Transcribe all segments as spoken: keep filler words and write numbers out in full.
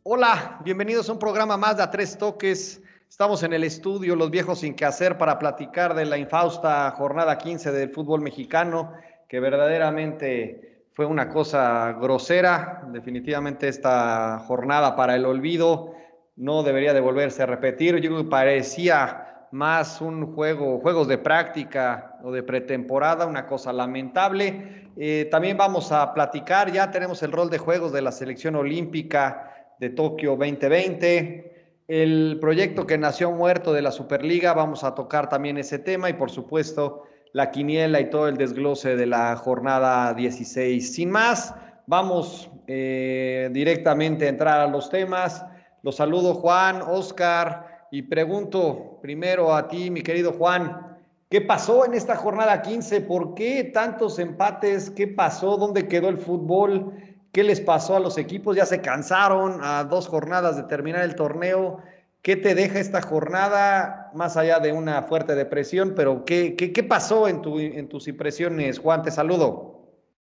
Hola, bienvenidos a un programa más de A Tres Toques. Estamos en el estudio, los viejos sin qué hacer, para platicar de la infausta jornada quince del fútbol mexicano, que verdaderamente fue una cosa grosera. Definitivamente esta jornada para el olvido no debería de volverse a repetir. Yo creo que parecía más un juego, juegos de práctica o de pretemporada, una cosa lamentable. Eh, también vamos a platicar, ya tenemos el rol de juegos de la selección olímpica de Tokio veinte veinte, el proyecto que nació muerto de la Superliga, vamos a tocar también ese tema y por supuesto la quiniela y todo el desglose de la jornada dieciséis. Sin más, vamos eh, directamente a entrar a los temas. Los saludo Juan, Oscar, y pregunto primero a ti, mi querido Juan, ¿qué pasó en esta jornada quince? ¿Por qué tantos empates? ¿Qué pasó? ¿Dónde quedó el fútbol? ¿Qué les pasó a los equipos? Ya se cansaron a dos jornadas de terminar el torneo. ¿Qué te deja esta jornada, más allá de una fuerte depresión? Pero ¿qué, qué, qué pasó en, tu, en tus impresiones, Juan? Te saludo.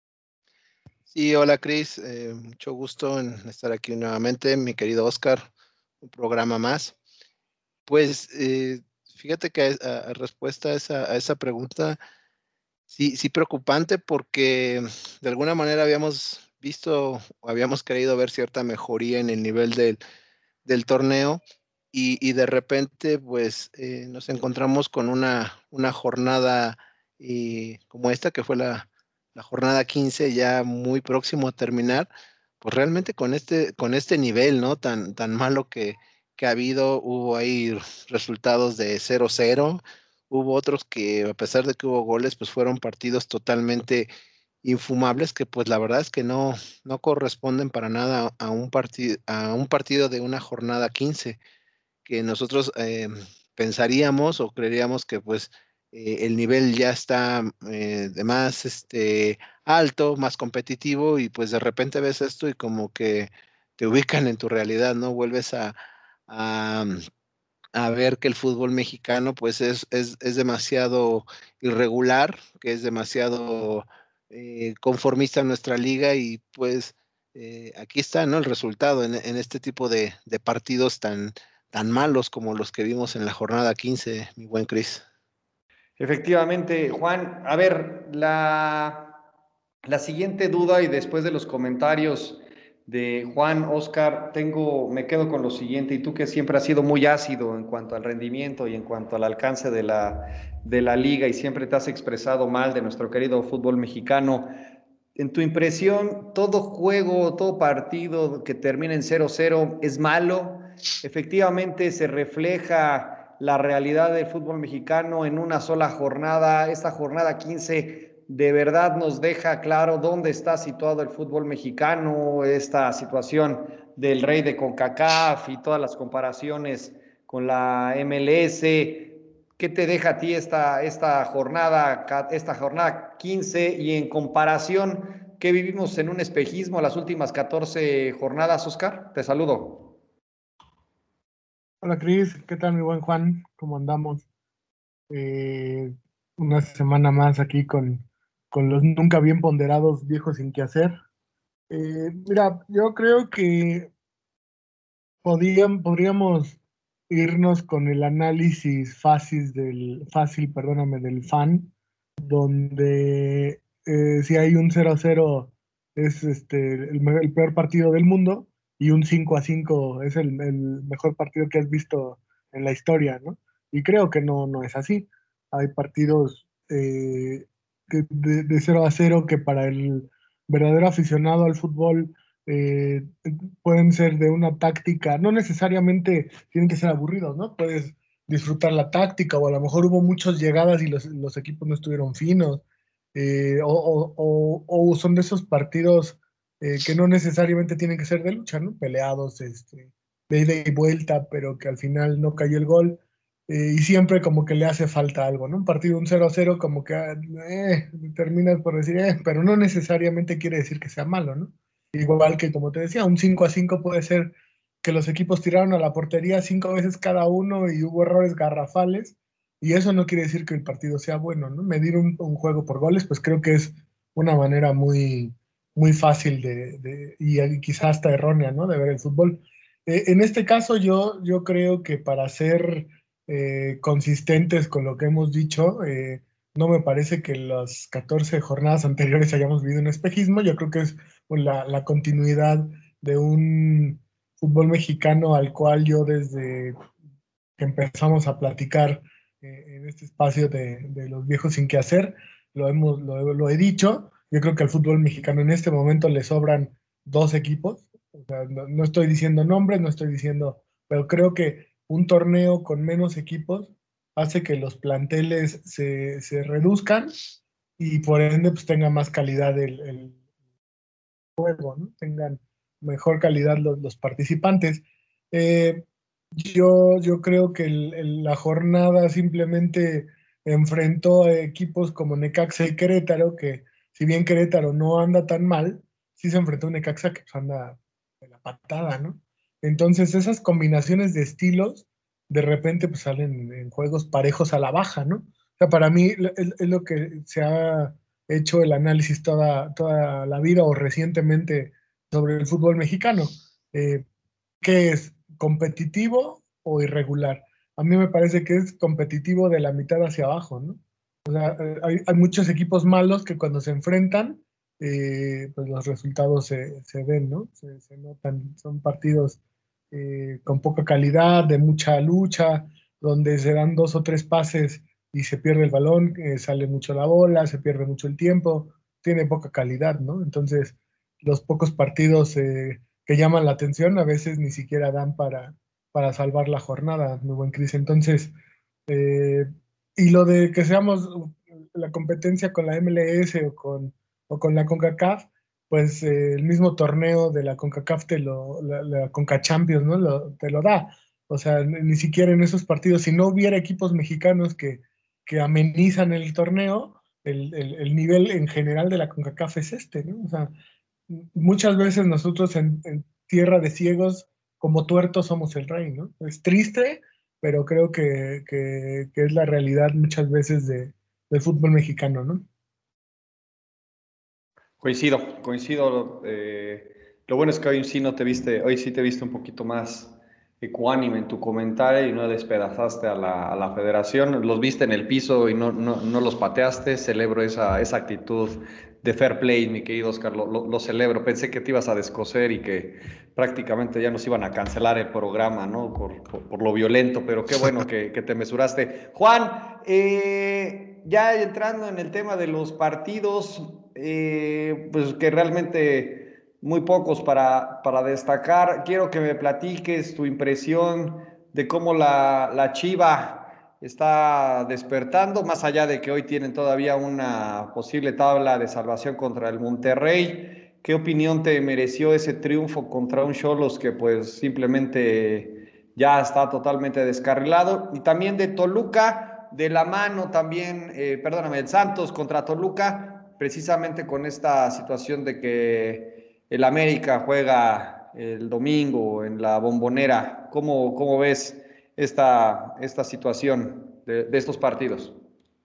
Sí, hola Cris, eh, mucho gusto en estar aquí nuevamente, mi querido Oscar, un programa más. Pues eh, fíjate que a, a respuesta a esa, a esa pregunta, sí, sí preocupante porque de alguna manera habíamos visto o habíamos querido ver cierta mejoría en el nivel del, del torneo y, y de repente pues eh, nos encontramos con una, una jornada eh, como esta que fue la, la jornada quince ya muy próximo a terminar, pues realmente con este, con este nivel, ¿no? Tan, tan malo que, que ha habido, hubo ahí resultados de cero cero, hubo otros que a pesar de que hubo goles, pues fueron partidos totalmente infumables que pues la verdad es que no, no corresponden para nada a un, partido a un partido de una jornada quince, que nosotros eh, pensaríamos o creeríamos que pues eh, el nivel ya está eh, de más este, alto, más competitivo y pues de repente ves esto y como que te ubican en tu realidad, ¿no? Vuelves a, a, a ver que el fútbol mexicano pues es, es, es demasiado irregular, que es demasiado eh, conformista en nuestra liga y pues eh, aquí está, ¿no? El resultado en, en este tipo de, de partidos tan, tan malos como los que vimos en la jornada quince, mi buen Cris. Efectivamente, Juan, a ver, la, la siguiente duda y después de los comentarios de Juan, Oscar, tengo, me quedo con lo siguiente, y tú que siempre has sido muy ácido en cuanto al rendimiento y en cuanto al alcance de la, de la liga y siempre te has expresado mal de nuestro querido fútbol mexicano. En tu impresión, ¿todo juego, todo partido que termina en cero cero es malo? Efectivamente, se refleja la realidad del fútbol mexicano en una sola jornada. Esta jornada quince de verdad nos deja claro dónde está situado el fútbol mexicano, esta situación del rey de CONCACAF y todas las comparaciones con la M L S. ¿Qué te deja a ti esta, esta jornada, esta jornada quince y en comparación, qué vivimos en un espejismo las últimas catorce jornadas, Oscar? Te saludo. Hola Cris, ¿qué tal mi buen Juan? ¿Cómo andamos? Eh, una semana más aquí con, con los nunca bien ponderados viejos sin qué hacer. Eh, mira, yo creo que podían, podríamos irnos con el análisis fácil del, fácil, perdóname, del fan, donde eh, si hay un cero a cero es este, el, me- el peor partido del mundo y un cinco a cinco es el, el mejor partido que has visto en la historia, ¿no? Y creo que no, no es así. Hay partidos eh, que de, de cero a cero que para el verdadero aficionado al fútbol eh, pueden ser de una táctica, no necesariamente tienen que ser aburridos, ¿no? Puedes disfrutar la táctica o a lo mejor hubo muchas llegadas y los, los equipos no estuvieron finos, eh, o, o- o- o son de esos partidos eh, que no necesariamente tienen que ser de lucha, ¿no? Peleados, este, de ida y vuelta, pero que al final no cayó el gol. Eh, y siempre como que le hace falta algo, ¿no? Un partido, un cero a cero como que ah, eh, terminas por decir, eh, pero no necesariamente quiere decir que sea malo, ¿no? Igual que, como te decía, un cinco a cinco puede ser que los equipos tiraron a la portería cinco veces cada uno y hubo errores garrafales, y eso no quiere decir que el partido sea bueno, ¿no? Medir un, un juego por goles, pues creo que es una manera muy, muy fácil de, de- y quizás hasta errónea, ¿no? De ver el fútbol. Eh, en este caso yo, yo creo que para ser eh, consistentes con lo que hemos dicho, eh, no me parece que las catorce jornadas anteriores hayamos vivido un espejismo. Yo creo que es pues, la, la continuidad de un fútbol mexicano al cual yo desde que empezamos a platicar eh, en este espacio de, de los viejos sin qué hacer, lo, hemos, lo, lo he dicho. Yo creo que al fútbol mexicano en este momento le sobran dos equipos. O sea, no, no estoy diciendo nombres, no estoy diciendo, pero creo que un torneo con menos equipos hace que los planteles se, se reduzcan y por ende pues tenga más calidad el, el juego, ¿no? Tengan mejor calidad los, los participantes. Eh, yo, yo creo que el- el- la jornada simplemente enfrentó a equipos como Necaxa y Querétaro, que si bien Querétaro no anda tan mal, sí se enfrentó a un Necaxa que pues, anda de la patada, ¿no? Entonces esas combinaciones de estilos de repente pues salen en juegos parejos a la baja, ¿no? O sea, para mí es, es lo que se ha hecho el análisis toda, toda la vida o recientemente sobre el fútbol mexicano. Eh, ¿Qué es? ¿Competitivo o irregular? A mí me parece que es competitivo de la mitad hacia abajo, ¿no? O sea, eh, hay, hay muchos equipos malos que cuando se enfrentan, eh, pues los resultados se, se ven, ¿no? Se, se notan. Son partidos eh, con poca calidad, de mucha lucha, donde se dan dos o tres pases y se pierde el balón, eh, sale mucho la bola, se pierde mucho el tiempo, tiene poca calidad, ¿no? Entonces, los pocos partidos eh, que llaman la atención a veces ni siquiera dan para, para salvar la jornada, mi buen Cris. Entonces, eh, y lo de que seamos la competencia con la M L S o con, o con la CONCACAF, pues eh, el mismo torneo de la CONCACAF te lo, la, la CONCACHAMPIONS, ¿no? Lo, te lo da. O sea, ni, ni siquiera en esos partidos, si no hubiera equipos mexicanos que, que amenizan el torneo, el, el, el nivel en general de la CONCACAF es este, ¿no? O sea, muchas veces nosotros en, en tierra de ciegos, como tuertos, somos el rey, ¿no? Es triste, pero creo que, que, que es la realidad muchas veces de, del fútbol mexicano, ¿no? Coincido, coincido. Eh, lo bueno es que hoy sí no te viste, hoy sí te viste un poquito más ecuánime en tu comentario y no despedazaste a la, a la federación. Los viste en el piso y no, no, no los pateaste. Celebro esa, esa actitud de fair play, mi querido Oscar. Lo, lo, lo celebro. Pensé que te ibas a descoser y que prácticamente ya nos iban a cancelar el programa, ¿no? Por, por, por lo violento, pero qué bueno que, que te mesuraste. Juan, eh, ya entrando en el tema de los partidos, eh, pues que realmente muy pocos para, para destacar. Quiero que me platiques tu impresión de cómo la, la Chiva está despertando, más allá de que hoy tienen todavía una posible tabla de salvación contra el Monterrey. ¿Qué opinión te mereció ese triunfo contra un Xolos que pues simplemente ya está totalmente descarrilado? Y también de Toluca, de la mano también, eh, perdóname, el Santos contra Toluca, precisamente con esta situación de que el América juega el domingo en la Bombonera. ¿Cómo, cómo ves esta, esta situación de, de estos partidos?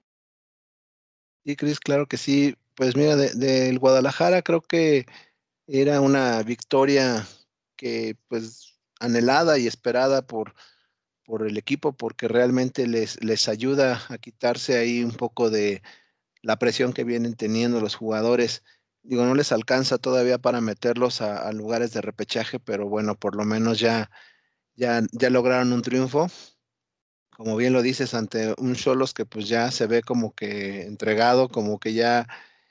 Sí, Cris, claro que sí. Pues mira, de- del Guadalajara creo que era una victoria que pues anhelada y esperada por, por el equipo porque realmente les, les ayuda a quitarse ahí un poco de la presión que vienen teniendo los jugadores. Digo, no les alcanza todavía para meterlos a, a lugares de repechaje, pero bueno, por lo menos ya, ya, ya lograron un triunfo. Como bien lo dices, ante un Xolos que pues ya se ve como que entregado, como que ya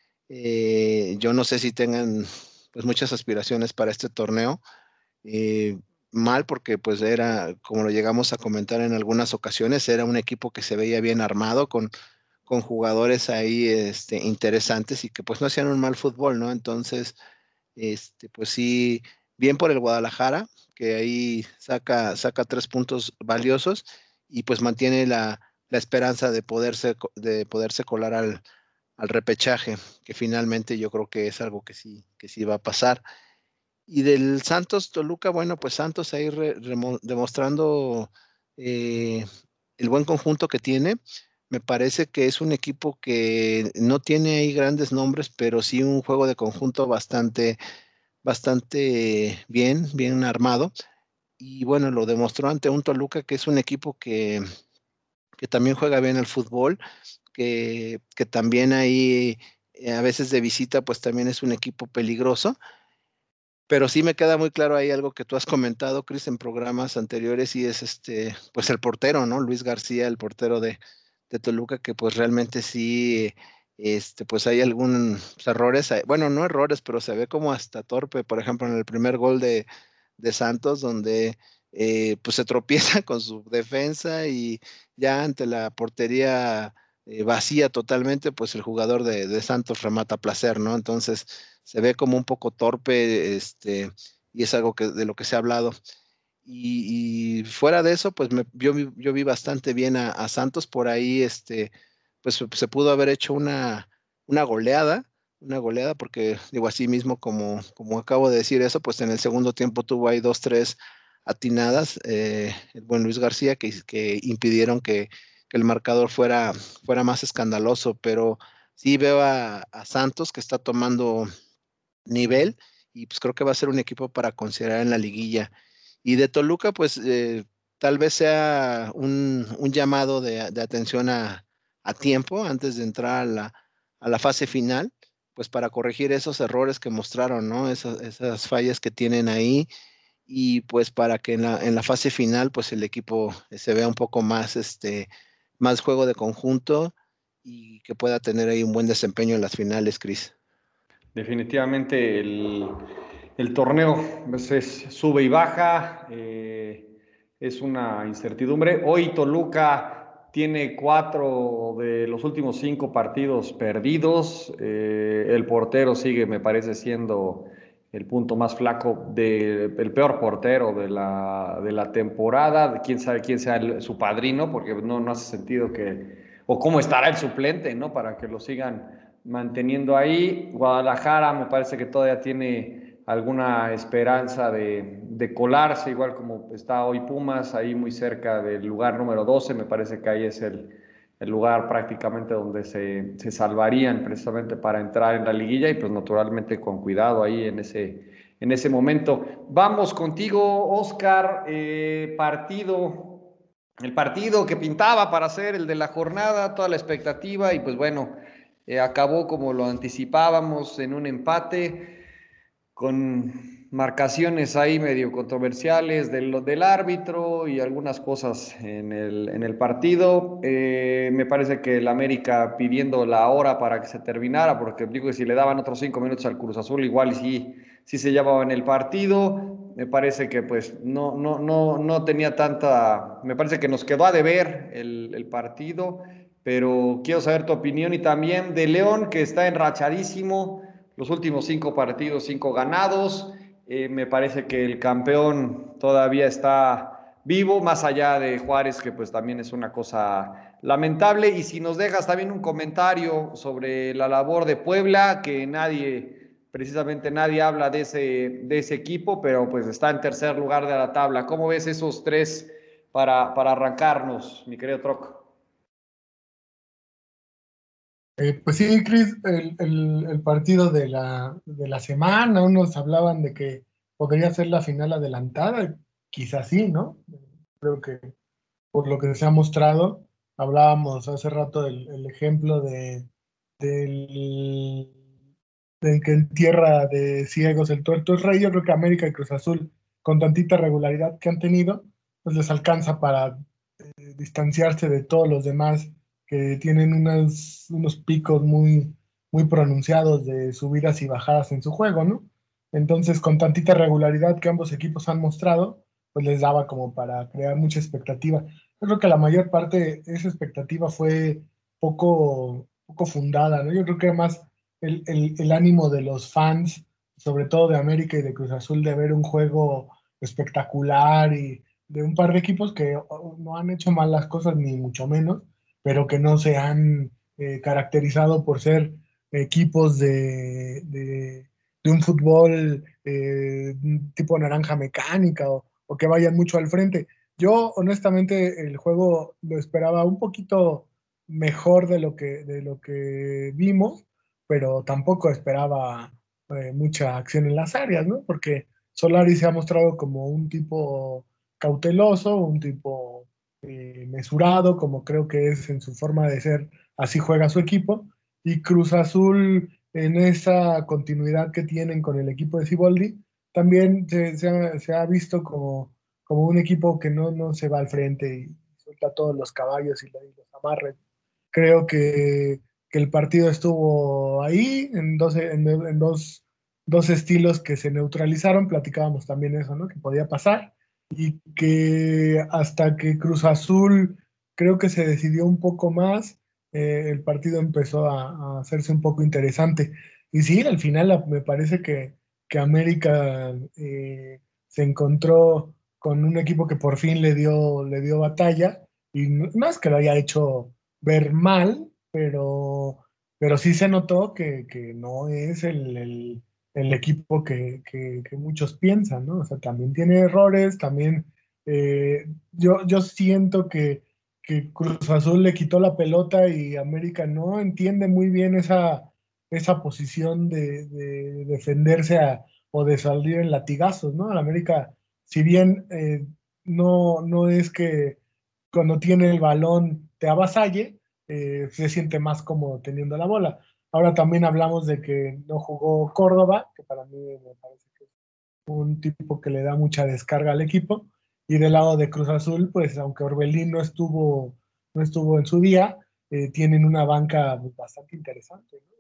eh, yo no sé si tengan pues muchas aspiraciones para este torneo. Eh, Mal porque pues era, como lo llegamos a comentar en algunas ocasiones, era un equipo que se veía bien armado con, con jugadores ahí este, interesantes y que pues no hacían un mal fútbol, ¿no? Entonces, este, pues sí, bien por el Guadalajara, que ahí saca, saca tres puntos valiosos y pues mantiene la, la esperanza de poderse, de poderse colar al, al repechaje, que finalmente yo creo que es algo que sí, que sí va a pasar. Y del Santos Toluca, bueno, pues Santos ahí re, remo, demostrando eh, el buen conjunto que tiene. Me parece que es un equipo que no tiene ahí grandes nombres, pero sí un juego de conjunto bastante, bastante bien, bien armado. y bueno, lo demostró ante un Toluca que es un equipo que, que también juega bien al fútbol, que, que también ahí eh, a veces de visita pues también es un equipo peligroso, pero sí me queda muy claro ahí algo que tú has comentado, Cris, en programas anteriores, y es este, pues el portero, ¿no? Luis García, el portero de, de Toluca, que pues realmente sí, este, pues hay algunos errores, bueno, no errores, pero se ve como hasta torpe, por ejemplo, en el primer gol de, de Santos, donde eh, pues se tropieza con su defensa y ya ante la portería eh, vacía totalmente, pues el jugador de, de Santos remata a placer, ¿no? Entonces se ve como un poco torpe, este, y es algo que, de lo que se ha hablado. Y, y fuera de eso, pues me, yo, vi- yo vi bastante bien a, a Santos por ahí, este, pues se se pudo haber hecho una, una goleada, una goleada, porque digo así mismo como, como acabo de decir eso, pues en el segundo tiempo tuvo ahí dos, tres atinadas, eh, el buen Luis García, que, que impidieron que, que el marcador fuera, fuera más escandaloso, pero sí veo a, a Santos que está tomando nivel y pues creo que va a ser un equipo para considerar en la liguilla. Y de Toluca, pues eh, tal vez sea un, un llamado de, de atención a, a, tiempo antes de entrar a la, a la fase final, pues para corregir esos errores que mostraron, ¿no? Esas, esas fallas que tienen ahí y pues para que en la, en la fase final pues el equipo se vea un poco más, este, más juego de conjunto y que pueda tener ahí un buen desempeño en las finales, Cris. Definitivamente el, el torneo pues, es, sube y baja, eh, es una incertidumbre. Hoy Toluca tiene cuatro de los últimos cinco partidos perdidos. Eh, el portero sigue, me parece, siendo el punto más flaco, de, el peor portero de la, de la temporada. Quién sabe quién sea el, su padrino, porque no, no hace sentido que, o cómo estará el suplente, ¿no? Para que lo sigan manteniendo ahí. Guadalajara me parece que todavía tiene alguna esperanza de, de colarse, igual como está hoy Pumas, ahí muy cerca del lugar número doce, me parece que ahí es el, el lugar prácticamente donde se, se salvarían precisamente para entrar en la liguilla y pues naturalmente con cuidado ahí en ese, en ese momento. Vamos contigo, Oscar, eh, partido, el partido que pintaba para ser el de la jornada, toda la expectativa y pues bueno, eh, acabó como lo anticipábamos en un empate con marcaciones ahí medio controversiales del, del árbitro y algunas cosas en el, en el partido. Eh, me parece que el América pidiendo la hora para que se terminara, porque digo que si le daban otros cinco minutos al Cruz Azul, igual sí, sí se llevaban el partido. Me parece que pues no, no, no, no tenía tanta, me parece que nos quedó a deber el, el partido, pero quiero saber tu opinión y también de León, que está enrachadísimo los últimos cinco partidos, cinco ganados. Eh, me parece que el campeón todavía está vivo, más allá de Juárez, que pues también es una cosa lamentable. Y si nos dejas también un comentario sobre la labor de Puebla, que nadie, precisamente nadie habla de ese, de ese equipo, pero pues está en tercer lugar de la tabla. ¿Cómo ves esos tres para, para arrancarnos, mi querido Troc? Eh, pues sí, Chris, el, el- el partido de la, de la semana, unos hablaban de que podría ser la final adelantada, quizás sí, ¿no? Creo que por lo que se ha mostrado, hablábamos hace rato del el ejemplo de, del, de que en tierra de ciegos el tuerto es rey. Yo creo que América y Cruz Azul, con tantita regularidad que han tenido, pues les alcanza para eh, distanciarse de todos los demás que tienen unos, unos picos muy, muy pronunciados de subidas y bajadas en su juego, ¿no? Entonces, con tantita regularidad que ambos equipos han mostrado, pues les daba como para crear mucha expectativa. Yo creo que la mayor parte de esa expectativa fue poco, poco fundada, ¿no? Yo creo que más el, el, el ánimo de los fans, sobre todo de América y de Cruz Azul, de ver un juego espectacular y de un par de equipos que oh, no han hecho mal las cosas, ni mucho menos, pero que no se han eh, caracterizado por ser equipos de, de, de un fútbol eh, tipo naranja mecánica o, o que vayan mucho al frente. Yo, honestamente, el juego lo esperaba un poquito mejor de lo que, de lo que vimos, pero tampoco esperaba eh, mucha acción en las áreas, ¿no? Porque Solari se ha mostrado como un tipo cauteloso, un tipo eh, mesurado, como creo que es en su forma de ser, así juega su equipo, y Cruz Azul en esa continuidad que tienen con el equipo de Siboldi, también se, se ha, se ha visto como, como un equipo que no, no se va al frente y suelta todos los caballos y, y los amarres. Creo que, que, el partido estuvo ahí en dos, en, en dos, dos estilos que se neutralizaron, platicábamos también eso, ¿no? Que podía pasar y que hasta que Cruz Azul creo que se decidió un poco más, eh, el partido empezó a, a, hacerse un poco interesante. Y sí, al final me parece que, que América eh, se encontró con un equipo que por fin le dio, le dio batalla, y no, no es que lo haya hecho ver mal, pero, pero sí se notó que, que no es el, el, el equipo que, que, que, muchos piensan, ¿no? O sea, también tiene errores, también eh, yo, yo siento que, que Cruz Azul le quitó la pelota y América no entiende muy bien esa, esa posición de, de defenderse a, o de salir en latigazos, ¿no? La América, si bien eh, no, no es que cuando tiene el balón te avasalle, eh, se siente más cómodo teniendo la bola. Ahora también hablamos de que no jugó Córdoba, que para mí me parece que es un tipo que le da mucha descarga al equipo. Y del lado de Cruz Azul, pues aunque Orbelín no estuvo, no estuvo en su día, eh, tienen una banca bastante interesante, ¿no?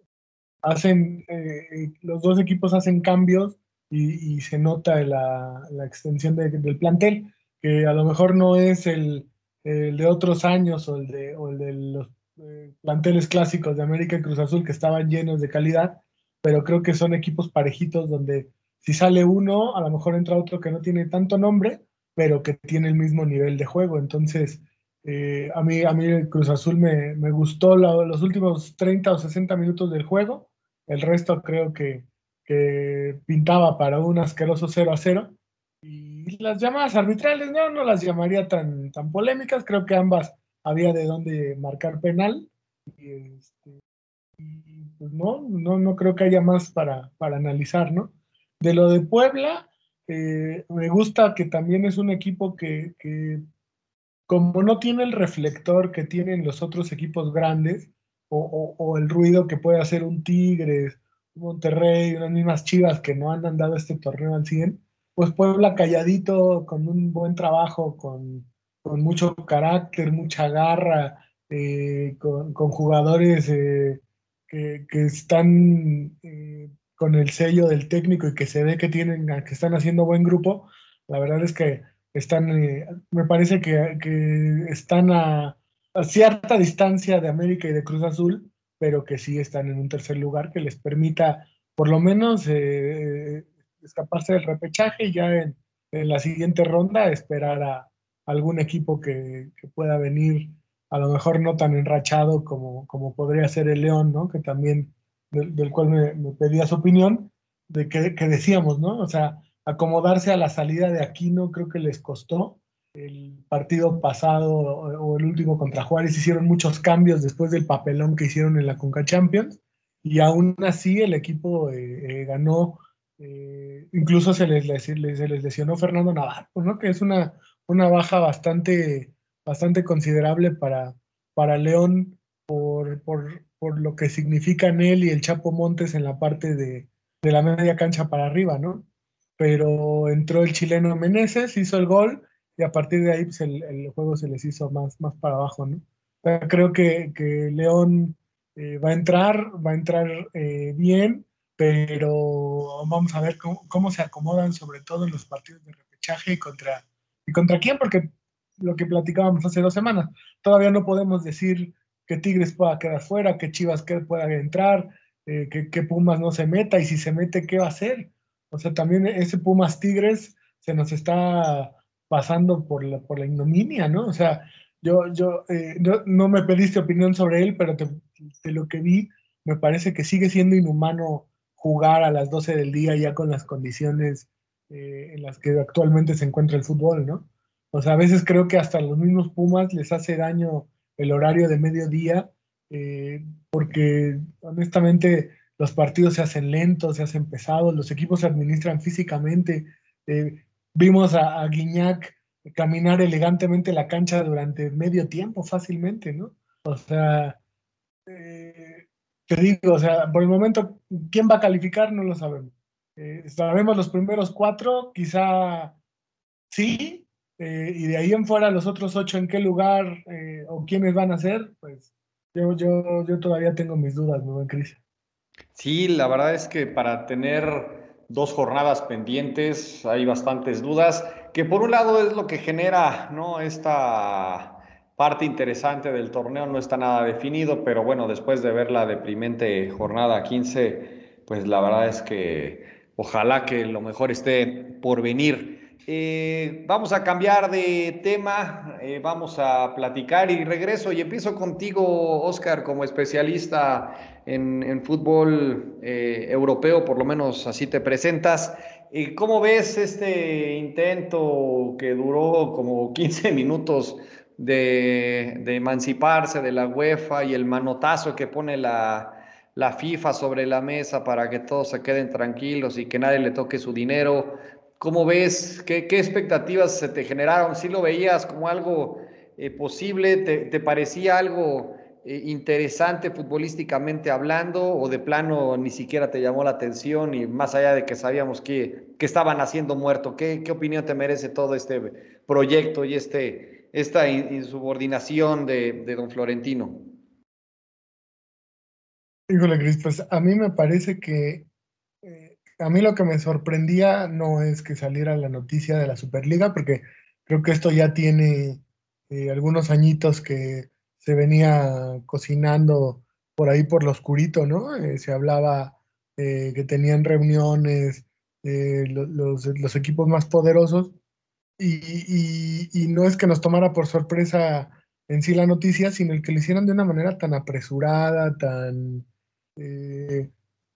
Hacen, eh, los dos equipos hacen cambios y, y se nota la, la extensión de, del plantel, que a lo mejor no es el, el de otros años o el de, o el de los eh, planteles clásicos de América y Cruz Azul que estaban llenos de calidad, pero creo que son equipos parejitos donde si sale uno, a lo mejor entra otro que no tiene tanto nombre, pero que tiene el mismo nivel de juego. Entonces, eh, a mí, a mí el Cruz Azul me, me gustó la, los últimos treinta o sesenta minutos del juego. El resto creo que, que pintaba para un asqueroso cero a cero. Y las llamadas arbitrales, no, no las llamaría tan, tan polémicas. Creo que ambas había de dónde marcar penal. Y, este, y pues no, no, no creo que haya más para, para analizar, ¿no? De lo de Puebla, eh, me gusta que también es un equipo que, que como no tiene el reflector que tienen los otros equipos grandes, o, o- o el ruido que puede hacer un Tigres, un Monterrey, unas mismas Chivas que no han andado este torneo al cien, pues Puebla calladito, con un buen trabajo, con, con mucho carácter, mucha garra, eh, con, con jugadores eh, que, que están eh, con el sello del técnico y que se ve que tienen, que están haciendo buen grupo. La verdad es que están, eh, me parece que, que están a, a cierta distancia de América y de Cruz Azul, pero que sí están en un tercer lugar que les permita por lo menos eh, escaparse del repechaje y ya en, en la siguiente ronda esperar a algún equipo que, que pueda venir, a lo mejor no tan enrachado como, como podría ser el León, ¿no? Que también, del, del cual me, me pedía su opinión, de que, que decíamos, ¿no? O sea, acomodarse a la salida de Aquino creo que les costó. El partido pasado o el último contra Juárez hicieron muchos cambios después del papelón que hicieron en la Conca Champions, y aún así el equipo eh, eh, ganó. Eh, incluso se les, les- les- se les lesionó Fernando Navarro, ¿no? Que es una, una baja bastante, bastante considerable para, para León por, por, por lo que significan él y el Chapo Montes en la parte de, de la media cancha para arriba, ¿no? Pero entró el chileno Meneses, hizo el gol y a partir de ahí pues, el, el juego se les hizo más, más para abajo, ¿no? Pero creo que, que León eh, va a entrar, va a entrar eh, bien, pero vamos a ver cómo, cómo, se acomodan, sobre todo en los partidos de repechaje y contra, y contra quién, porque lo que platicábamos hace dos semanas, todavía no podemos decir que Tigres pueda quedar fuera, que Chivas que pueda entrar, eh, que, que Pumas no se meta, y si se mete, ¿qué va a hacer? O sea, también ese Pumas Tigres se nos está pasando por la, por la ignominia, ¿no? O sea, yo, yo eh, no, no, me pediste opinión sobre él, pero te, de lo que vi, me parece que sigue siendo inhumano jugar a las doce del día ya con las condiciones eh, en las que actualmente se encuentra el fútbol, ¿no? O sea, a veces creo que hasta los mismos Pumas les hace daño el horario de mediodía, eh, porque honestamente los partidos se hacen lentos, se hacen pesados, los equipos se administran físicamente, Eh, vimos a, a Guiñac caminar elegantemente la cancha durante medio tiempo fácilmente, ¿no? O sea, eh, te digo, o sea, por el momento, ¿quién va a calificar? No lo sabemos. Eh, sabemos los primeros cuatro, quizá sí, eh, y de ahí en fuera los otros ocho en qué lugar eh, o quiénes van a ser, pues yo, yo, yo todavía tengo mis dudas, mi buen Cris. Sí, la verdad es que para tener dos jornadas pendientes hay bastantes dudas, que por un lado es lo que genera, ¿no? Esta parte interesante del torneo, no está nada definido, pero bueno, después de ver la deprimente jornada quince, pues la verdad es que ojalá que lo mejor esté por venir. Eh, vamos a cambiar de tema, eh, vamos a platicar y regreso y empiezo contigo, Oscar, como especialista en, en fútbol eh, europeo, por lo menos así te presentas. Eh, ¿Cómo ves este intento que duró como quince minutos de, de emanciparse de la UEFA y el manotazo que pone la, la FIFA sobre la mesa para que todos se queden tranquilos y que nadie le toque su dinero? ¿Cómo ves? ¿Qué, qué expectativas se te generaron? ¿Sí lo veías como algo eh, posible? ¿Te, te parecía algo eh, interesante futbolísticamente hablando o de plano ni siquiera te llamó la atención y más allá de que sabíamos que, que estaban haciendo muerto? ¿Qué, qué opinión te merece todo este proyecto y este, esta insubordinación de, de don Florentino? Híjole, Cris, pues a mí me parece que eh, a mí lo que me sorprendía no es que saliera la noticia de la Superliga, porque creo que esto ya tiene eh, algunos añitos que se venía cocinando por ahí por lo oscurito, ¿no? Eh, se hablaba eh, que tenían reuniones eh, lo- los, los equipos más poderosos y, y- y no es que nos tomara por sorpresa en sí la noticia, sino el que lo hicieran de una manera tan apresurada, tan... eh,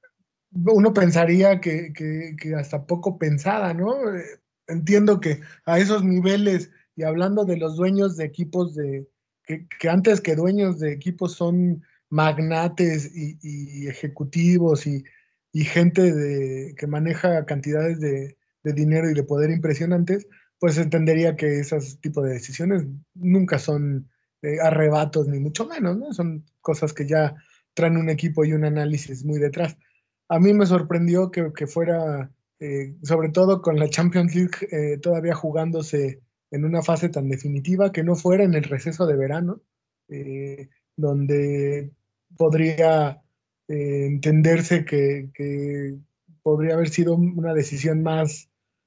uno pensaría que, que- que hasta poco pensada, ¿no? Eh, Entiendo que a esos niveles, y hablando de los dueños de equipos de, que, que antes que dueños de equipos son magnates y, y ejecutivos y, y gente de, que maneja cantidades de, de dinero y de poder impresionantes, pues entendería que esos tipos de decisiones nunca son eh, arrebatos, ni mucho menos, ¿no? Son cosas que ya traen un equipo y un análisis muy detrás. A mí me sorprendió que, que fuera, eh, sobre todo con la Champions League eh, todavía jugándose en una fase tan definitiva, que no fuera en el receso de verano, eh, donde podría eh, entenderse que, que podría haber sido una decisión más,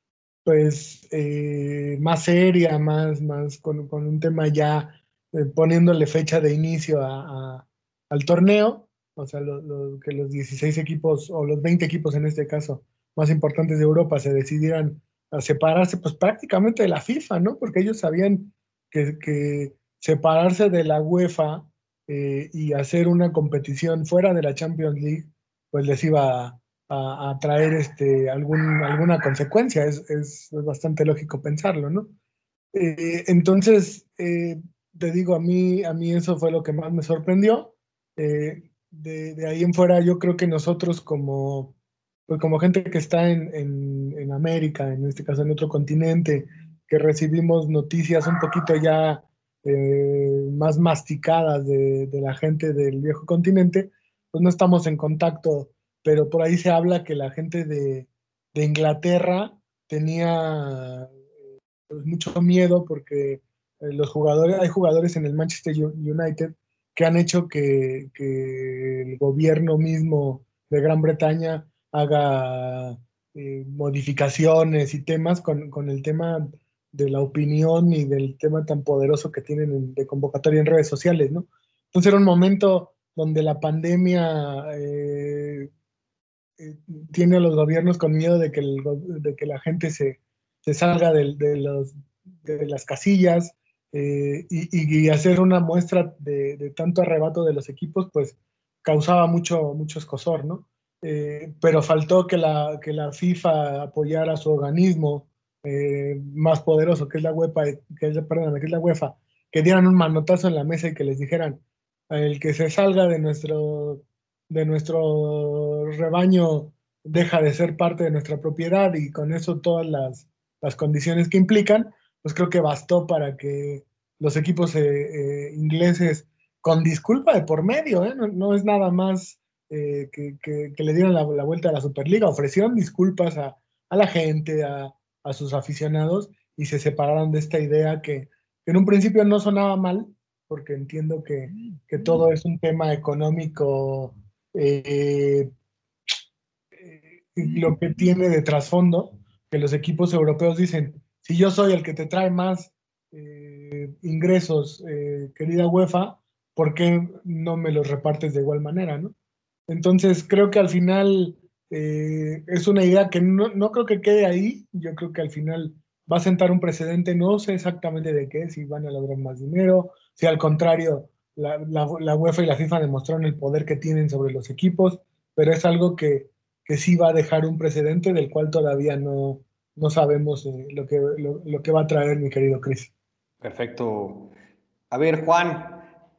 pues, eh, más seria, más, más con, con un tema ya eh, poniéndole fecha de inicio a, a- al torneo, o sea, lo- lo- que los dieciséis equipos o los veinte equipos en este caso más importantes de Europa se decidieran a separarse, pues prácticamente de la FIFA, ¿no? Porque ellos sabían que, que separarse de la UEFA eh, y hacer una competición fuera de la Champions League, pues les iba a a, a traer este, algún, alguna consecuencia. Es, es, es bastante lógico pensarlo, ¿no? Eh, entonces, eh, te digo, a mí, a mí eso fue lo que más me sorprendió. Eh, de, de, ahí en fuera, yo creo que nosotros como, pues como gente que está en, en, en América, en este caso en otro continente, que recibimos noticias un poquito ya eh, más masticadas de, de la gente del viejo continente, pues no estamos en contacto, pero por ahí se habla que la gente de, de Inglaterra tenía pues, mucho miedo porque eh, los jugadores, hay jugadores en el Manchester United que han hecho que, que el gobierno mismo de Gran Bretaña haga eh, modificaciones y temas con, con el tema de la opinión y del tema tan poderoso que tienen en- de convocatoria en redes sociales, ¿no? Entonces era un momento donde la pandemia eh, eh, tiene a los gobiernos con miedo de que, el go- de que la gente se, se salga del- de, los, de las casillas eh, y, y hacer una muestra de, de tanto arrebato de los equipos, pues causaba mucho, mucho escozor, ¿no? Eh, pero faltó que la, que la FIFA apoyara a su organismo eh, más poderoso, que es la UEFA, que es, perdón, que es la UEFA, que dieran un manotazo en la mesa y que les dijeran, el que se salga de nuestro de nuestro rebaño deja de ser parte de nuestra propiedad y con eso todas las, las condiciones que implican, pues creo que bastó para que los equipos eh, eh, ingleses, con disculpa de por medio, ¿eh? no, no es nada más eh, que, que, que, le dieron la, la, vuelta a la Superliga, ofrecieron disculpas a, a la gente, a, a, sus aficionados, y se separaron de esta idea que, que en un principio no sonaba mal, porque entiendo que, que todo es un tema económico, eh, eh, lo que tiene de trasfondo, que los equipos europeos dicen, si yo soy el que te trae más eh, ingresos, eh, querida UEFA, ¿por qué no me los repartes de igual manera, no? Entonces creo que al final eh, es una idea que no, no creo que quede ahí, yo creo que al final va a sentar un precedente, no sé exactamente de qué, si van a lograr más dinero, si al contrario la, la, la UEFA y la FIFA demostraron el poder que tienen sobre los equipos, pero es algo que, que sí va a dejar un precedente del cual todavía no, no sabemos eh, lo, que, lo, lo que va a traer, mi querido Chris. Perfecto. A ver, Juan,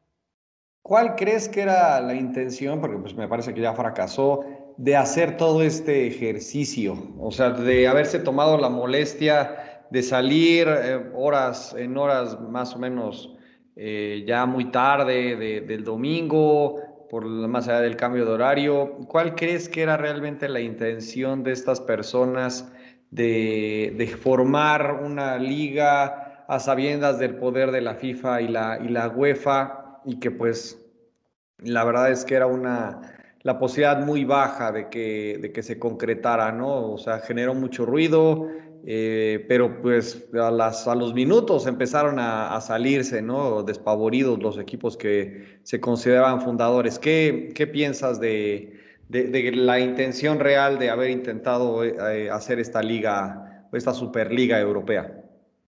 ¿cuál crees que era la intención? Porque pues me parece que ya fracasó de hacer todo este ejercicio, o sea, de haberse tomado la molestia de salir eh, horas, en horas más o menos eh, ya muy tarde de- del domingo, por la- más allá del cambio de horario. ¿Cuál crees que era realmente la intención de estas personas de, de formar una liga a sabiendas del poder de la FIFA y la, y la UEFA? Y que pues la verdad es que era una, la posibilidad muy baja de que, de que se concretara, ¿no? O sea, generó mucho ruido, eh, pero pues a, las, a los minutos empezaron a, a salirse, ¿no? Despavoridos los equipos que se consideraban fundadores. ¿Qué, qué piensas de, de, de la intención real de haber intentado eh, hacer esta liga, esta Superliga Europea?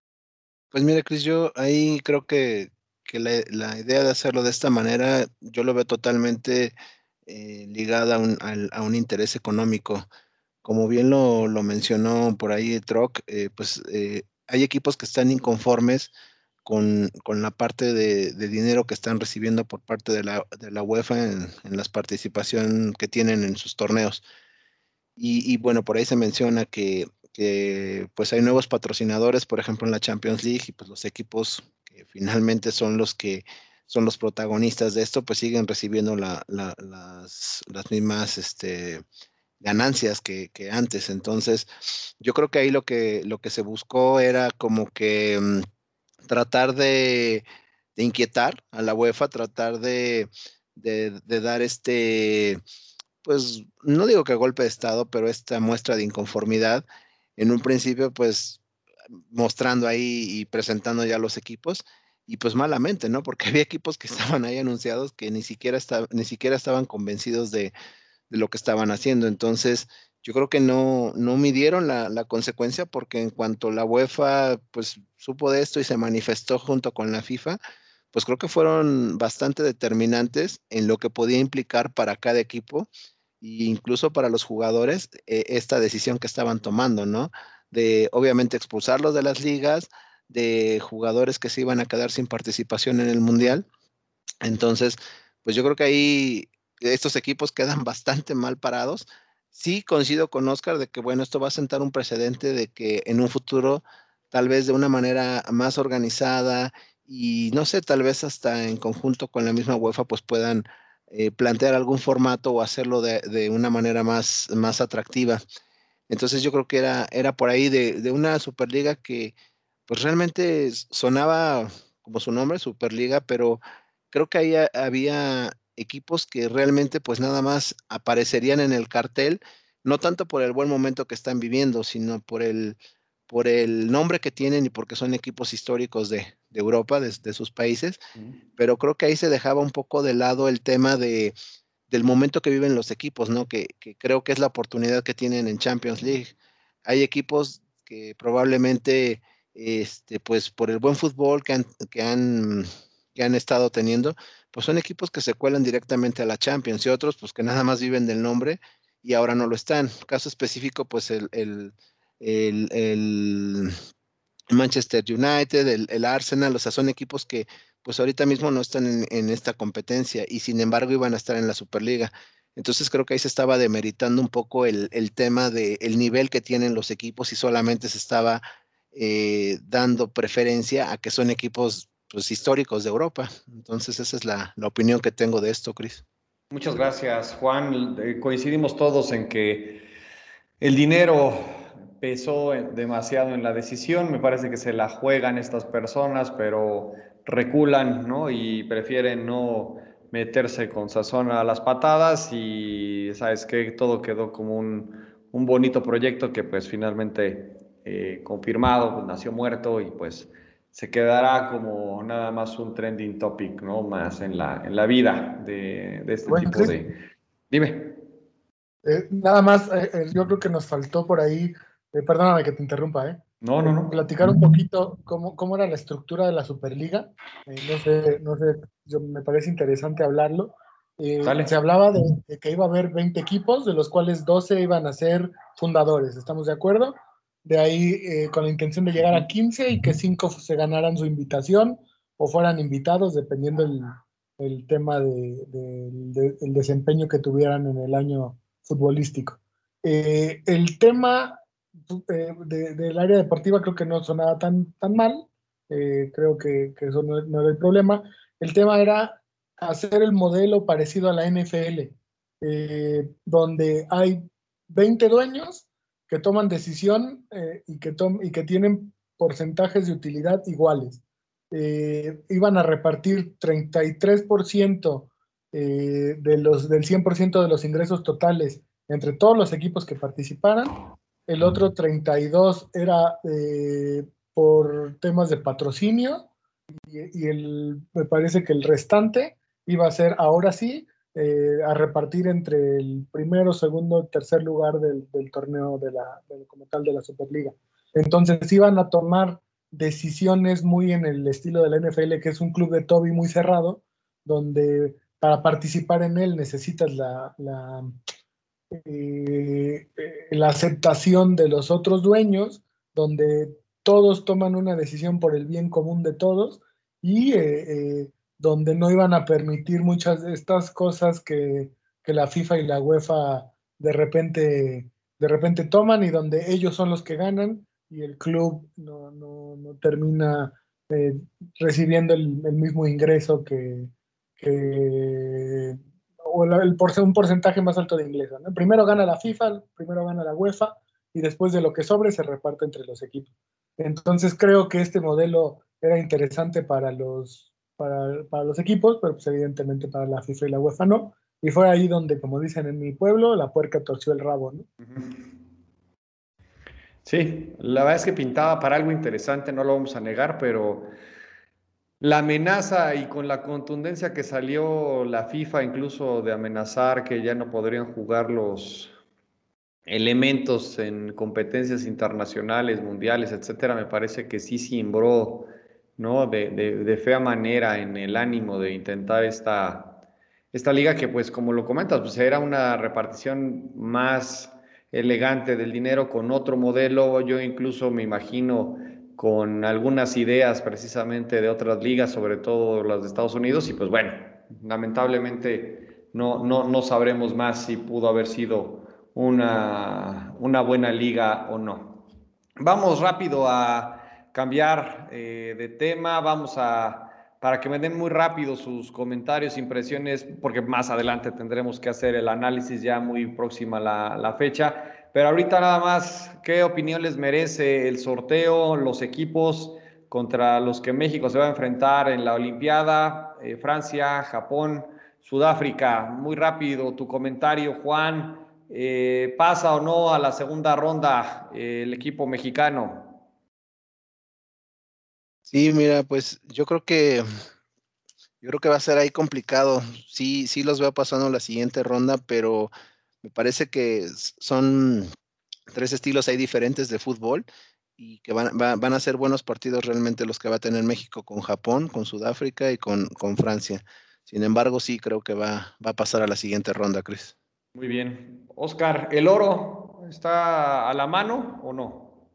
Pues mira, Cris, yo ahí creo que, que la, la idea de hacerlo de esta manera, yo lo veo totalmente eh, ligada a un, al- a un interés económico. Como bien lo, lo mencionó por ahí Troc, eh, pues eh, hay equipos que están inconformes con, con la parte de, de dinero que están recibiendo por parte de la, de la UEFA en, en la participación que tienen en sus torneos. Y, y bueno, por ahí se menciona que, que, pues hay nuevos patrocinadores, por ejemplo, en la Champions League, y pues los equipos que finalmente son los que son los protagonistas de esto, pues siguen recibiendo la, la, las, las mismas este, ganancias que, que, antes. Entonces, yo creo que ahí lo que, lo que se buscó era como que um, tratar de, de, inquietar a la UEFA, tratar de, de, de dar este pues no digo que golpe de estado, pero esta muestra de inconformidad, en un principio, pues mostrando ahí y presentando ya los equipos, y pues malamente, ¿no? Porque había equipos que estaban ahí anunciados que ni siquiera, está, ni siquiera estaban convencidos de, de, lo que estaban haciendo. Entonces, yo creo que no, no midieron la, la consecuencia, porque en cuanto la UEFA pues supo de esto y se manifestó junto con la FIFA, pues creo que fueron bastante determinantes en lo que podía implicar para cada equipo e incluso para los jugadores eh, esta decisión que estaban tomando, ¿no? De obviamente expulsarlos de las ligas, de jugadores que se iban a quedar sin participación en el Mundial. Entonces, pues yo creo que ahí estos equipos quedan bastante mal parados. Sí coincido con Oscar de que, bueno, esto va a sentar un precedente de que en un futuro, tal vez de una manera más organizada y no sé, tal vez hasta en conjunto con la misma UEFA, pues puedan eh, plantear algún formato o hacerlo de, de una manera más, más atractiva. Entonces yo creo que era, era por ahí de, de una Superliga que pues realmente sonaba como su nombre, Superliga, pero creo que ahí ha- había equipos que realmente pues nada más aparecerían en el cartel, no tanto por el buen momento que están viviendo, sino por el, por el nombre que tienen y porque son equipos históricos de, de Europa, de, de sus países, pero creo que ahí se dejaba un poco de lado el tema de, del momento que viven los equipos, ¿no? Que, que creo que es la oportunidad que tienen en Champions League. Hay equipos que probablemente, este, pues por el buen fútbol que han, que han, que han estado teniendo, pues son equipos que se cuelan directamente a la Champions y otros pues que nada más viven del nombre y ahora no lo están. Caso específico, pues el, el, el, el Manchester United, el, el Arsenal, o sea, son equipos que pues ahorita mismo no están en, en esta competencia y sin embargo iban a estar en la Superliga. Entonces creo que ahí se estaba demeritando un poco el, el tema del nivel que tienen los equipos y solamente se estaba eh, dando preferencia a que son equipos pues, históricos de Europa. Entonces esa es la, la opinión que tengo de esto, Cris. Muchas gracias, Juan. Eh, coincidimos todos en que el dinero pesó demasiado en la decisión. Me parece que se la juegan estas personas, pero reculan, ¿no? Y prefieren no meterse con sazón a las patadas y, ¿sabes qué? Todo quedó como un, un bonito proyecto que pues finalmente eh, confirmado, pues, nació muerto y pues se quedará como nada más un trending topic, ¿no? Más en la, en la vida de, de este Bueno, tipo Chris, de... Dime. eh, nada más, eh, eh, yo creo que nos faltó por ahí, eh, perdóname que te interrumpa, eh, No, no, eh, no. platicar un poquito cómo, cómo era la estructura de la Superliga. Eh, no sé, no sé, yo, me parece interesante hablarlo. Eh, Sale. se hablaba de, de que iba a haber veinte equipos, de los cuales doce iban a ser fundadores, ¿estamos de acuerdo? De ahí eh, con la intención de llegar a quince y que cinco se ganaran su invitación o fueran invitados, dependiendo el, el tema de, de, de, del desempeño que tuvieran en el año futbolístico. Eh, el tema eh, de, del área deportiva creo que no sonaba tan, tan mal, eh, creo que, que eso no, no, era el problema. El tema era hacer el modelo parecido a la N F L, eh, donde hay veinte dueños que toman decisión eh, y, que tom y que tienen porcentajes de utilidad iguales. Eh, iban a repartir treinta y tres por ciento eh, de los, del cien por ciento de los ingresos totales entre todos los equipos que participaran. El otro treinta y dos era eh, por temas de patrocinio y, y el, me parece que el restante iba a ser ahora sí eh, a repartir entre el primero, segundo, tercer lugar del, del torneo de la, de, como tal de la Superliga. Entonces iban a tomar decisiones muy en el estilo de la N F L, que es un club de Toby muy cerrado, donde para participar en él necesitas la, la, eh, la aceptación de los otros dueños, donde todos toman una decisión por el bien común de todos y eh, eh, donde no iban a permitir muchas de estas cosas que, que la FIFA y la UEFA de repente, de repente toman y donde ellos son los que ganan y el club no, no, no termina eh, recibiendo el, el, mismo ingreso que, que o el, el por, un porcentaje más alto de ingresos, ¿no? Primero gana la FIFA, primero gana la UEFA y después de lo que sobre se reparte entre los equipos. Entonces creo que este modelo era interesante para los, para, para los equipos, pero pues evidentemente para la FIFA y la UEFA no. Y fue ahí donde, como dicen en mi pueblo, la puerca torció el rabo, ¿no? Sí, la verdad es que pintaba para algo interesante, no lo vamos a negar, pero la amenaza y con la contundencia que salió la FIFA incluso de amenazar que ya no podrían jugar los elementos en competencias internacionales, mundiales, etcétera, me parece que sí simbró, ¿no? De, de, de fea manera en el ánimo de intentar esta, esta liga que, pues, como lo comentas, pues era una repartición más elegante del dinero con otro modelo. Yo incluso me imagino con algunas ideas precisamente de otras ligas, sobre todo las de Estados Unidos, y pues bueno, lamentablemente no, no, no sabremos más si pudo haber sido una, una buena liga o no. Vamos rápido a cambiar eh, de tema, vamos a, para que me den muy rápido sus comentarios, impresiones, porque más adelante tendremos que hacer el análisis ya muy próxima la, la fecha, pero ahorita nada más, ¿qué opinión les merece el sorteo, los equipos contra los que México se va a enfrentar en la Olimpiada, eh, Francia, Japón, Sudáfrica? Muy rápido tu comentario, Juan. Eh, ¿Pasa o no a la segunda ronda eh, el equipo mexicano? Sí, mira, pues yo creo que yo creo que va a ser ahí complicado. Sí, sí los veo pasando a la siguiente ronda, pero me parece que son tres estilos ahí diferentes de fútbol y que van, va, van a ser buenos partidos realmente los que va a tener México con Japón, con Sudáfrica y con, con Francia. Sin embargo, sí creo que va, va a pasar a la siguiente ronda, Cris. Muy bien. Oscar, ¿el oro está a la mano o no?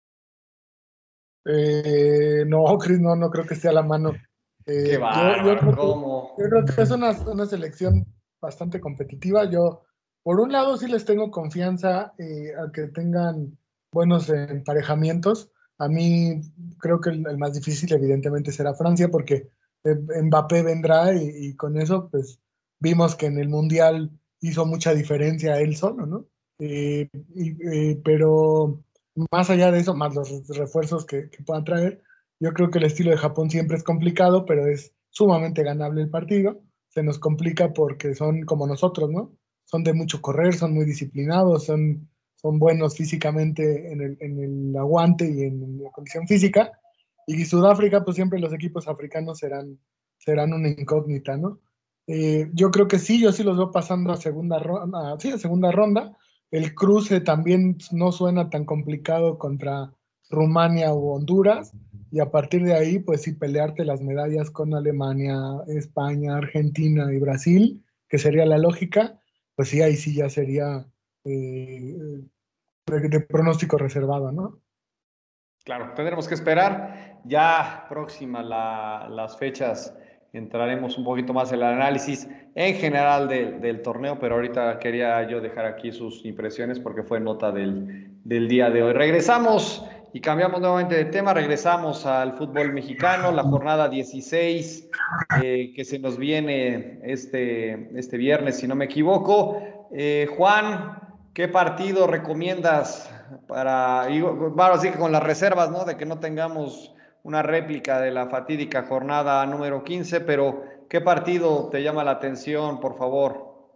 Eh, no, Chris, no, no creo que esté a la mano. Qué Eh, yo, yo, bárbaro, creo que, yo ¿cómo? creo que es una, una selección bastante competitiva. Yo, por un lado, sí les tengo confianza eh, a que tengan buenos emparejamientos. A mí creo que el, el más difícil evidentemente será Francia porque eh, Mbappé vendrá y, y con eso pues vimos que en el Mundial hizo mucha diferencia él solo, ¿no? Eh, y, eh, pero más allá de eso, más los refuerzos que, que puedan traer, yo creo que el estilo de Japón siempre es complicado, pero es sumamente ganable el partido. Se nos complica porque son como nosotros, ¿no? Son de mucho correr, son muy disciplinados, son son buenos físicamente en el, en el aguante y en la condición física. Y Sudáfrica, pues siempre los equipos africanos serán, serán una incógnita, ¿no? Eh, yo creo que sí, yo sí los veo pasando a segunda ronda, sí, a segunda ronda. El cruce también no suena tan complicado contra Rumania o Honduras, y a partir de ahí, pues sí, pelearte las medallas con Alemania, España, Argentina y Brasil, que sería la lógica, pues sí, ahí sí ya sería eh, de, de pronóstico reservado, ¿no? Claro, tendremos que esperar. Ya próximas la- las fechas entraremos un poquito más en el análisis en general del, del torneo, pero ahorita quería yo dejar aquí sus impresiones porque fue nota del, del día de hoy. Regresamos y cambiamos nuevamente de tema, regresamos al fútbol mexicano, la jornada dieciséis eh, que se nos viene este, este viernes, si no me equivoco. Eh, Juan, ¿qué partido recomiendas para, y, bueno, así que con las reservas, ¿no? De que no tengamos una réplica de la fatídica jornada número quince, pero ¿qué partido te llama la atención, por favor?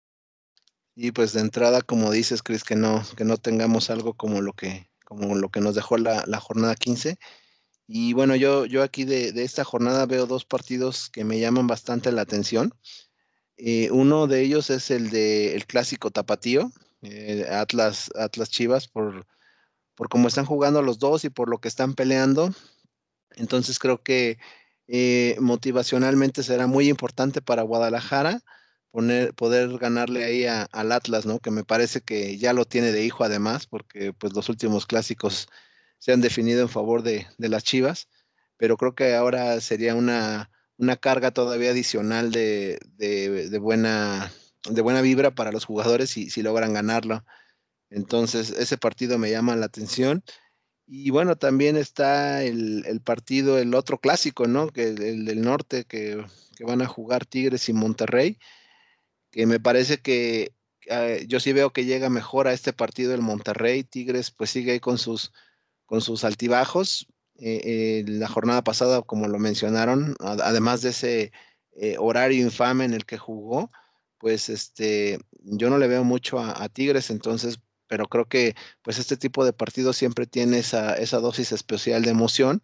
Y pues de entrada, como dices, Chris, que no, que no tengamos algo como lo que, como lo que nos dejó la, la jornada quince. Y bueno, yo, yo aquí de, de esta jornada veo dos partidos que me llaman bastante la atención. Eh, uno de ellos es el de el clásico tapatío, eh, Atlas, Atlas Chivas, por, por cómo están jugando los dos y por lo que están peleando. Entonces creo que eh, motivacionalmente será muy importante para Guadalajara poner, poder ganarle ahí a- al Atlas, ¿no? Que me parece que ya lo tiene de hijo además, porque pues los últimos clásicos se han definido en favor de, de las Chivas, pero creo que ahora sería una, una carga todavía adicional de, de- de buena, de buena vibra para los jugadores si, si logran ganarlo. Entonces, ese partido me llama la atención. Y bueno, también está el, el partido, el otro clásico, ¿no? Que el, el del norte, que, que van a jugar Tigres y Monterrey, que me parece que eh, yo sí veo que llega mejor a este partido el Monterrey. Tigres pues sigue ahí con sus, con sus altibajos. Eh, eh, la jornada pasada, como lo mencionaron, a- además de ese eh, horario infame en el que jugó, pues este, yo no le veo mucho a, a Tigres, entonces, pero creo que pues este tipo de partidos siempre tiene esa, esa dosis especial de emoción.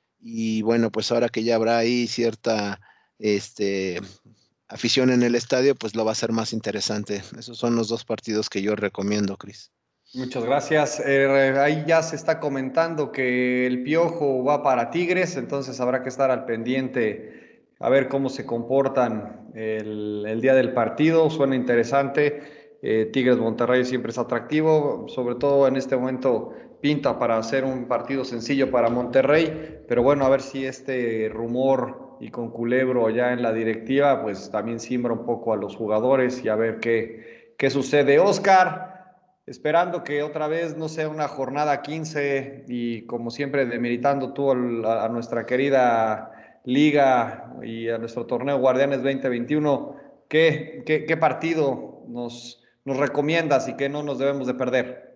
Y bueno, pues ahora que ya habrá ahí cierta este, afición en el estadio, pues lo va a ser más interesante. Esos son los dos partidos que yo recomiendo, Cris. Muchas gracias. Eh, ahí ya se está comentando que el Piojo va para Tigres, entonces habrá que estar al pendiente a ver cómo se comportan el, el día del partido. Suena interesante. Eh, Tigres Monterrey siempre es atractivo, sobre todo en este momento pinta para hacer un partido sencillo para Monterrey, pero bueno, a ver si este rumor y con Culebro ya en la directiva, pues también siembra un poco a los jugadores y a ver qué, qué sucede. Oscar. Esperando que otra vez no sea una jornada quince y como siempre demeritando tú a, a nuestra querida liga y a nuestro torneo Guardianes veinte veintiuno, ¿qué, qué, qué partido nos, nos recomiendas y qué no nos debemos de perder?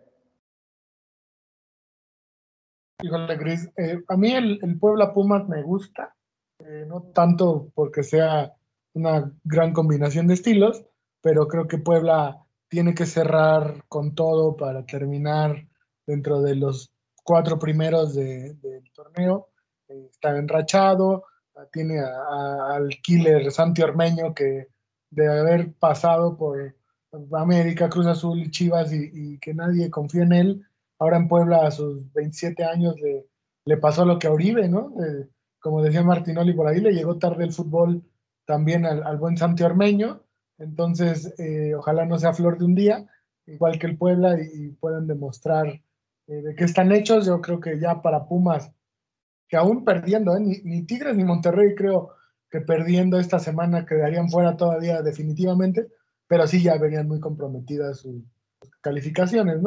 Híjole, Gris, eh, a mí el, el Puebla Pumas me gusta, eh, no tanto porque sea una gran combinación de estilos, pero creo que Puebla tiene que cerrar con todo para terminar dentro de los cuatro primeros de- del torneo. Eh, está enrachado, ah, tiene a- a- al killer Santi Ormeño que de haber pasado por América, Cruz Azul y Chivas y, y que nadie confía en él. Ahora en Puebla a sus veintisiete años le, le pasó lo que a Uribe, ¿no? Eh, como decía Martinoli por ahí, le llegó tarde el fútbol también al, al buen Santi Ormeño. Entonces, eh, ojalá no sea flor de un día, igual que el Puebla, y, y puedan demostrar eh, de qué están hechos. Yo creo que ya para Pumas, que aún perdiendo, ¿eh? Ni, ni Tigres ni Monterrey creo que perdiendo esta semana quedarían fuera todavía definitivamente, pero sí ya verían muy comprometidas sus calificaciones, ¿no?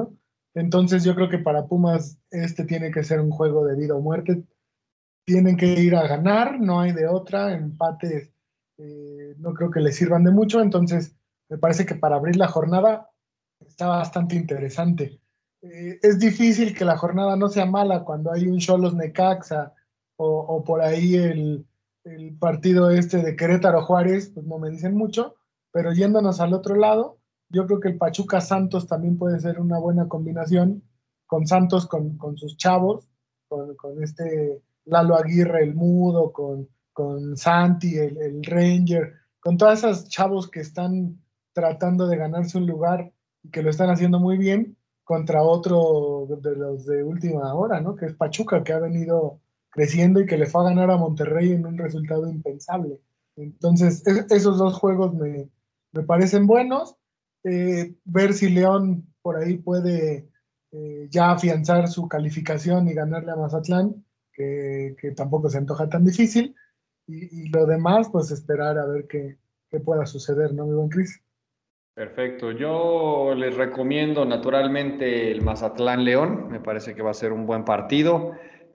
Entonces yo creo que para Pumas este tiene que ser un juego de vida o muerte. Tienen que ir a ganar, no hay de otra. Empates eh, no creo que les sirvan de mucho. Entonces me parece que para abrir la jornada está bastante interesante. Eh, es difícil que la jornada no sea mala cuando hay un Xolos Necaxa o, o por ahí el, el partido este de Querétaro Juárez, pues no me dicen mucho, pero yéndonos al otro lado, yo creo que el Pachuca Santos también puede ser una buena combinación con Santos, con, con sus chavos, con, con este Lalo Aguirre, el Mudo, con, con Santi, el, el Ranger, con todas esas chavos que están tratando de ganarse un lugar y que lo están haciendo muy bien contra otro de los de última hora, ¿no? Que es Pachuca, que ha venido creciendo y que le fue a ganar a Monterrey en un resultado impensable. Entonces, es, esos dos juegos me, me parecen buenos. Eh, ver si León por ahí puede eh, ya afianzar su calificación y ganarle a Mazatlán, que, que tampoco se antoja tan difícil. Y, y, lo demás, pues esperar a ver qué, qué pueda suceder, ¿no, mi buen Cris? Perfecto. Yo les recomiendo naturalmente el Mazatlán León. Me parece que va a ser un buen partido.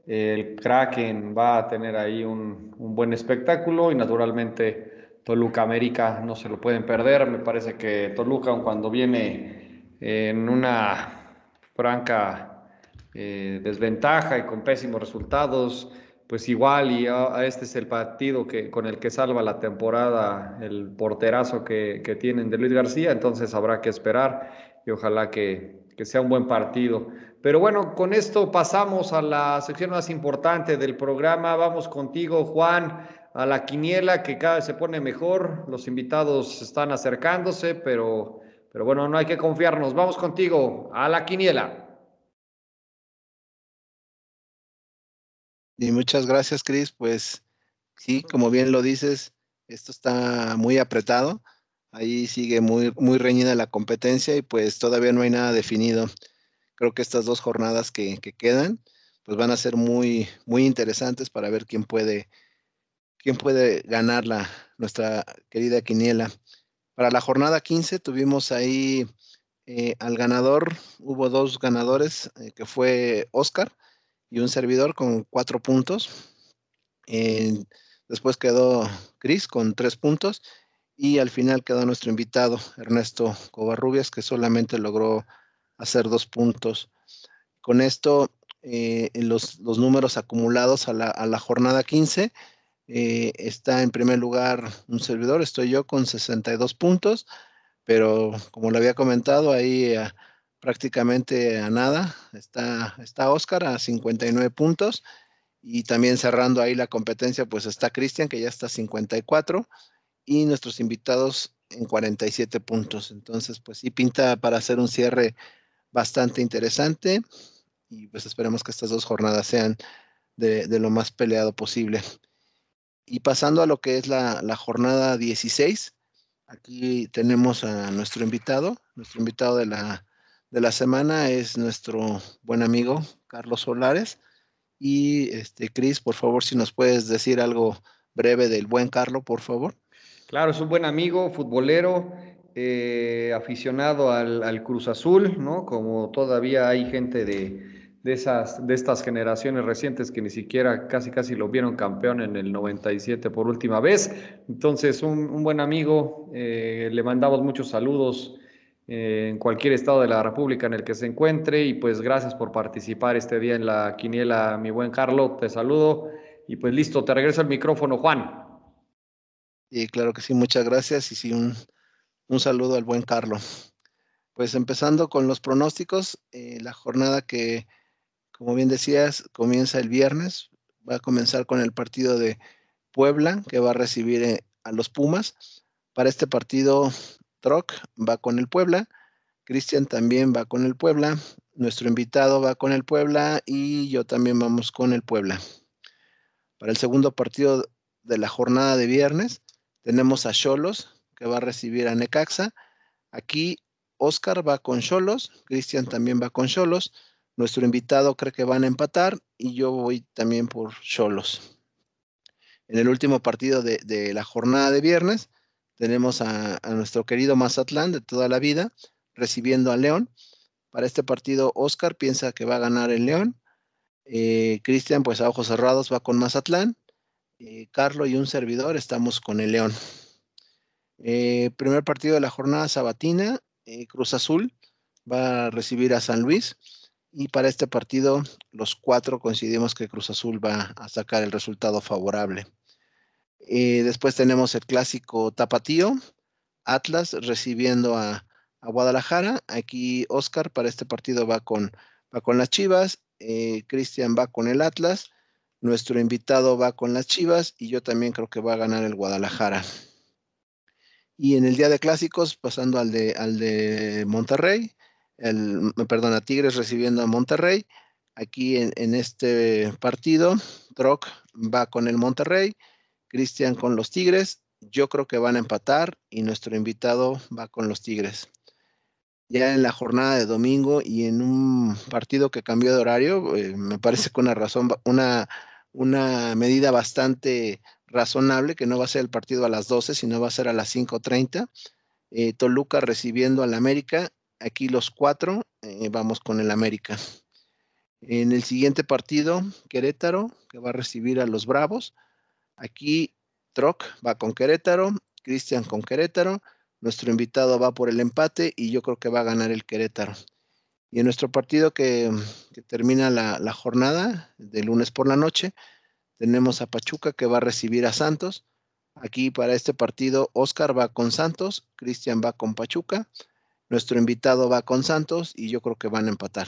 El Kraken va a tener ahí un, un buen espectáculo y naturalmente Toluca América no se lo pueden perder. Me parece que Toluca, aun cuando viene en una franca eh, desventaja y con pésimos resultados, pues igual y a, a este es el partido que, con el que salva la temporada el porterazo que, que tienen de Luis García, entonces habrá que esperar y ojalá que, que sea un buen partido. Pero bueno, con esto pasamos a la sección más importante del programa. Vamos contigo, Juan, a la quiniela que cada vez se pone mejor. Los invitados están acercándose, pero, pero bueno, no hay que confiarnos. Vamos contigo a la quiniela. Y muchas gracias, Cris. Pues sí, como bien lo dices, esto está muy apretado. Ahí sigue muy, muy reñida la competencia y pues todavía no hay nada definido. Creo que estas dos jornadas que, que quedan, pues van a ser muy, muy interesantes para ver quién puede, quién puede ganar la, nuestra querida quiniela. Para la jornada quince tuvimos ahí eh, al ganador, hubo dos ganadores, eh, que fue Oscar y un servidor con cuatro puntos. Eh, después quedó Cris con tres puntos y al final quedó nuestro invitado, Ernesto Covarrubias, que solamente logró hacer dos puntos. Con esto, eh, los, los, números acumulados a la, a la jornada quince, eh, está en primer lugar un servidor, estoy yo con sesenta y dos puntos, pero como lo había comentado, ahí eh, prácticamente a nada está, está Oscar a cincuenta y nueve puntos. Y también cerrando ahí la competencia, pues está Cristian, que ya está a cincuenta y cuatro, y nuestros invitados en cuarenta y siete puntos. Entonces, pues sí pinta para hacer un cierre bastante interesante y pues esperemos que estas dos jornadas sean de, de lo más peleado posible. Y pasando a lo que es la, la jornada dieciséis, aquí tenemos a nuestro invitado. Nuestro invitado de la, de la semana es nuestro buen amigo Carlos Solares. Y este, Cris, por favor, si nos puedes decir algo breve del buen Carlos, por favor. Claro, es un buen amigo, futbolero, eh, aficionado al, al Cruz Azul, ¿no? Como todavía hay gente de, de esas, de estas generaciones recientes que ni siquiera casi casi lo vieron campeón en el noventa y siete por última vez. Entonces, un, un buen amigo, eh, le mandamos muchos saludos eh, en cualquier estado de la República en el que se encuentre y pues gracias por participar este día en la quiniela, mi buen Carlos, te saludo y pues listo, te regreso el micrófono, Juan. Y claro que sí, muchas gracias y sí, un, un saludo al buen Carlos. Pues empezando con los pronósticos, eh, la jornada que, como bien decías, comienza el viernes, va a comenzar con el partido de Puebla, que va a recibir eh, a los Pumas. Para este partido, Troc va con el Puebla, Cristian también va con el Puebla, nuestro invitado va con el Puebla y yo también vamos con el Puebla. Para el segundo partido de la jornada de viernes, tenemos a Xolos, que va a recibir a Necaxa. Aquí Oscar va con Xolos, Cristian también va con Xolos, nuestro invitado cree que van a empatar y yo voy también por Xolos. En el último partido de, de la jornada de viernes, tenemos a, a nuestro querido Mazatlán de toda la vida, recibiendo a León. Para este partido, Oscar piensa que va a ganar el León. Eh, Cristian, pues a ojos cerrados, va con Mazatlán. Eh, Carlos y un servidor estamos con el León. Eh, primer partido de la jornada sabatina, eh, Cruz Azul va a recibir a San Luis. Y para este partido, los cuatro coincidimos que Cruz Azul va a sacar el resultado favorable. Eh, después tenemos el clásico tapatío, Atlas recibiendo a, a Guadalajara. Aquí Oscar para este partido va con, va con las Chivas, eh, Cristian va con el Atlas, nuestro invitado va con las Chivas y yo también creo que va a ganar el Guadalajara. Y en el día de clásicos, pasando al de, al de Monterrey, el, perdón, a Tigres recibiendo a Monterrey. Aquí en, en este partido, Troc va con el Monterrey, Cristian con los Tigres. Yo creo que van a empatar y nuestro invitado va con los Tigres. Ya en la jornada de domingo y en un partido que cambió de horario, eh, me parece que una razón, una, una medida bastante razonable, que no va a ser el partido a las doce, sino va a ser a las cinco treinta. Eh, Toluca recibiendo al América. Aquí los cuatro eh, vamos con el América. En el siguiente partido, Querétaro, que va a recibir a los Bravos. Aquí Troc va con Querétaro, Cristian con Querétaro, nuestro invitado va por el empate y yo creo que va a ganar el Querétaro. Y en nuestro partido que, que termina la, la jornada de lunes por la noche, tenemos a Pachuca que va a recibir a Santos. Aquí para este partido, Oscar va con Santos, Cristian va con Pachuca, nuestro invitado va con Santos y yo creo que van a empatar.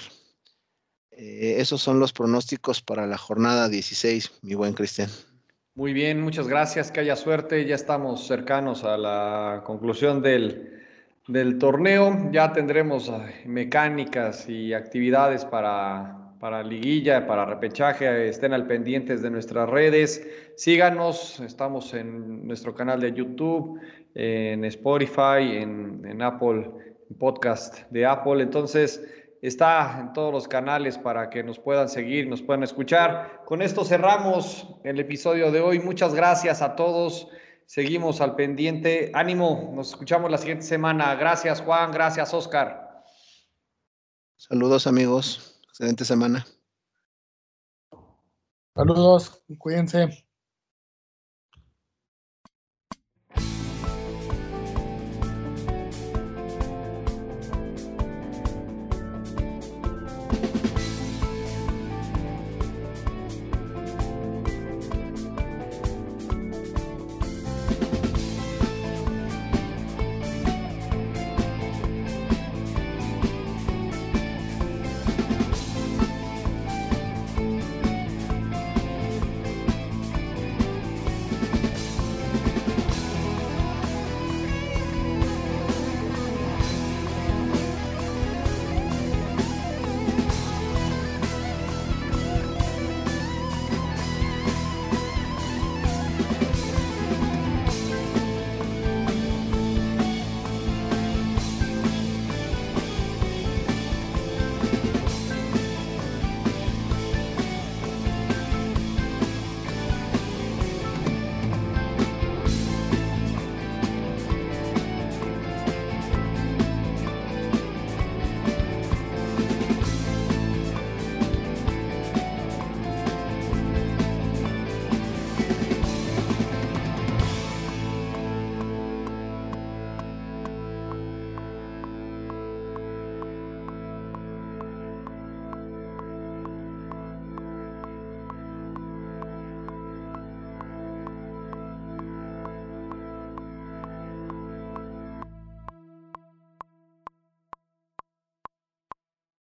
Eh, esos son los pronósticos para la jornada dieciséis, mi buen Cristian. Muy bien, muchas gracias, que haya suerte. Ya estamos cercanos a la conclusión del, del torneo. Ya tendremos eh, mecánicas y actividades para, para liguilla, para repechaje. Estén al pendientes de nuestras redes. Síganos, estamos en nuestro canal de YouTube, en Spotify, en, en Apple Podcast de Apple. Entonces, está en todos los canales para que nos puedan seguir, nos puedan escuchar. Con esto cerramos el episodio de hoy. Muchas gracias a todos. Seguimos al pendiente. Ánimo, nos escuchamos la siguiente semana. Gracias, Juan. Gracias, Oscar. Saludos, amigos. Excelente semana. Saludos, cuídense.